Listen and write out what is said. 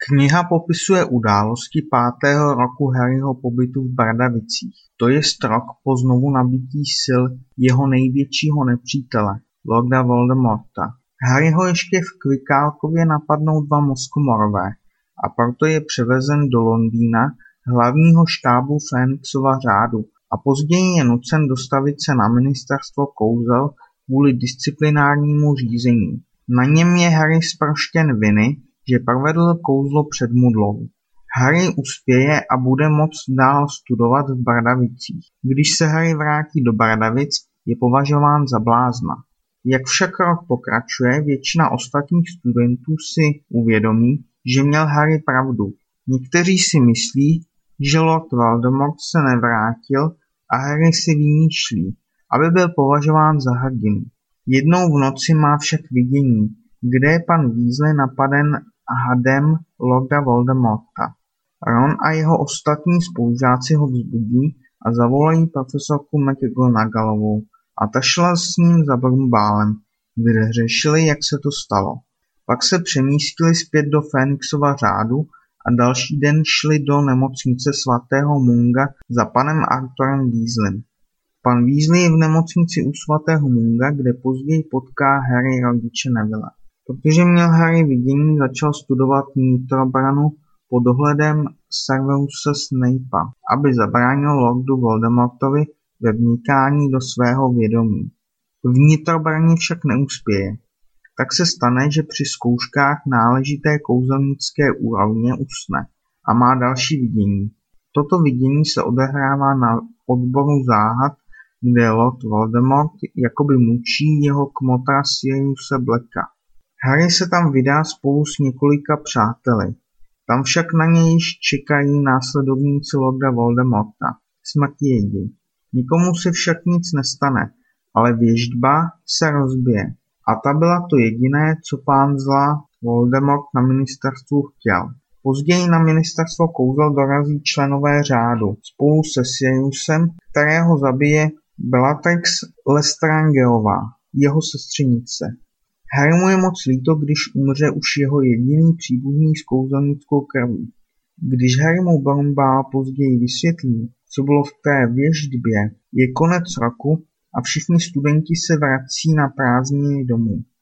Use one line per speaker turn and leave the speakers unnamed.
Kniha popisuje události 5. roku Harryho pobytu v Bradavicích, to jest rok po znovunabytí sil jeho největšího nepřítele, Lorda Voldemorta. Harryho ještě v Kvikálkově napadnou 2 Moskomorové a proto je převezen do Londýna, hlavního štábu Fénixova řádu, a později je nucen dostavit se na ministerstvo kouzel kvůli disciplinárnímu řízení. Na něm je Harry zproštěn viny, že provedl kouzlo před Mudlou. Harry uspěje a bude moct dál studovat v Bradavicích. Když se Harry vrátí do Bradavic, je považován za blázna. Jak však rok pokračuje, většina ostatních studentů si uvědomí, že měl Harry pravdu. Někteří si myslí, že Lord Voldemort se nevrátil a Harry si vymýšlí, aby byl považován za hrdinu. Jednou v noci má však vidění, kde je pan Weasley napaden hadem Lorda Voldemorta. Ron a jeho ostatní spolužáci ho vzbudí a zavolají profesorku McGonagallovou a ta šla s ním za Brumbálem, kde řešili, jak se to stalo. Pak se přemístili zpět do Fénixova řádu a další den šli do nemocnice svatého Munga za panem Arthurem Weasleym. Pan Weasley je v nemocnici u svatého Munga, kde později potká Harry rodiče Neville. Protože měl Harry vidění, začal studovat nitrobranu pod dohledem Severuse Snape'a, aby zabránil Lordu Voldemortovi ve vnikání do svého vědomí. V nitrobraně však neuspěje. Tak se stane, že při zkouškách náležité kouzelnické úrovně usne a má další vidění. Toto vidění se odehrává na odboru záhad, kde Lord Voldemort jakoby mučí jeho kmotra Siriuse Blacka. Harry se tam vydá spolu s několika přáteli. Tam však na něj již čekají následovníci Lorda Voldemorta, smrti jedi. Nikomu se však nic nestane, ale věždba se rozbije. A ta byla to jediné, co pán zla Voldemort na ministerstvu chtěl. Později na ministerstvo kouzel dorazí členové řádu spolu se Siriusem, kterého zabije Bellatrix Lestrangeová, jeho sestřenice. Harrymu je moc líto, když umře už jeho jediný příbuzný s kouzelnickou krví. Když Harrymu Brumbál později vysvětlí, co bylo v té věždbě, je konec roku a všichni studenti se vrací na prázdniny domů.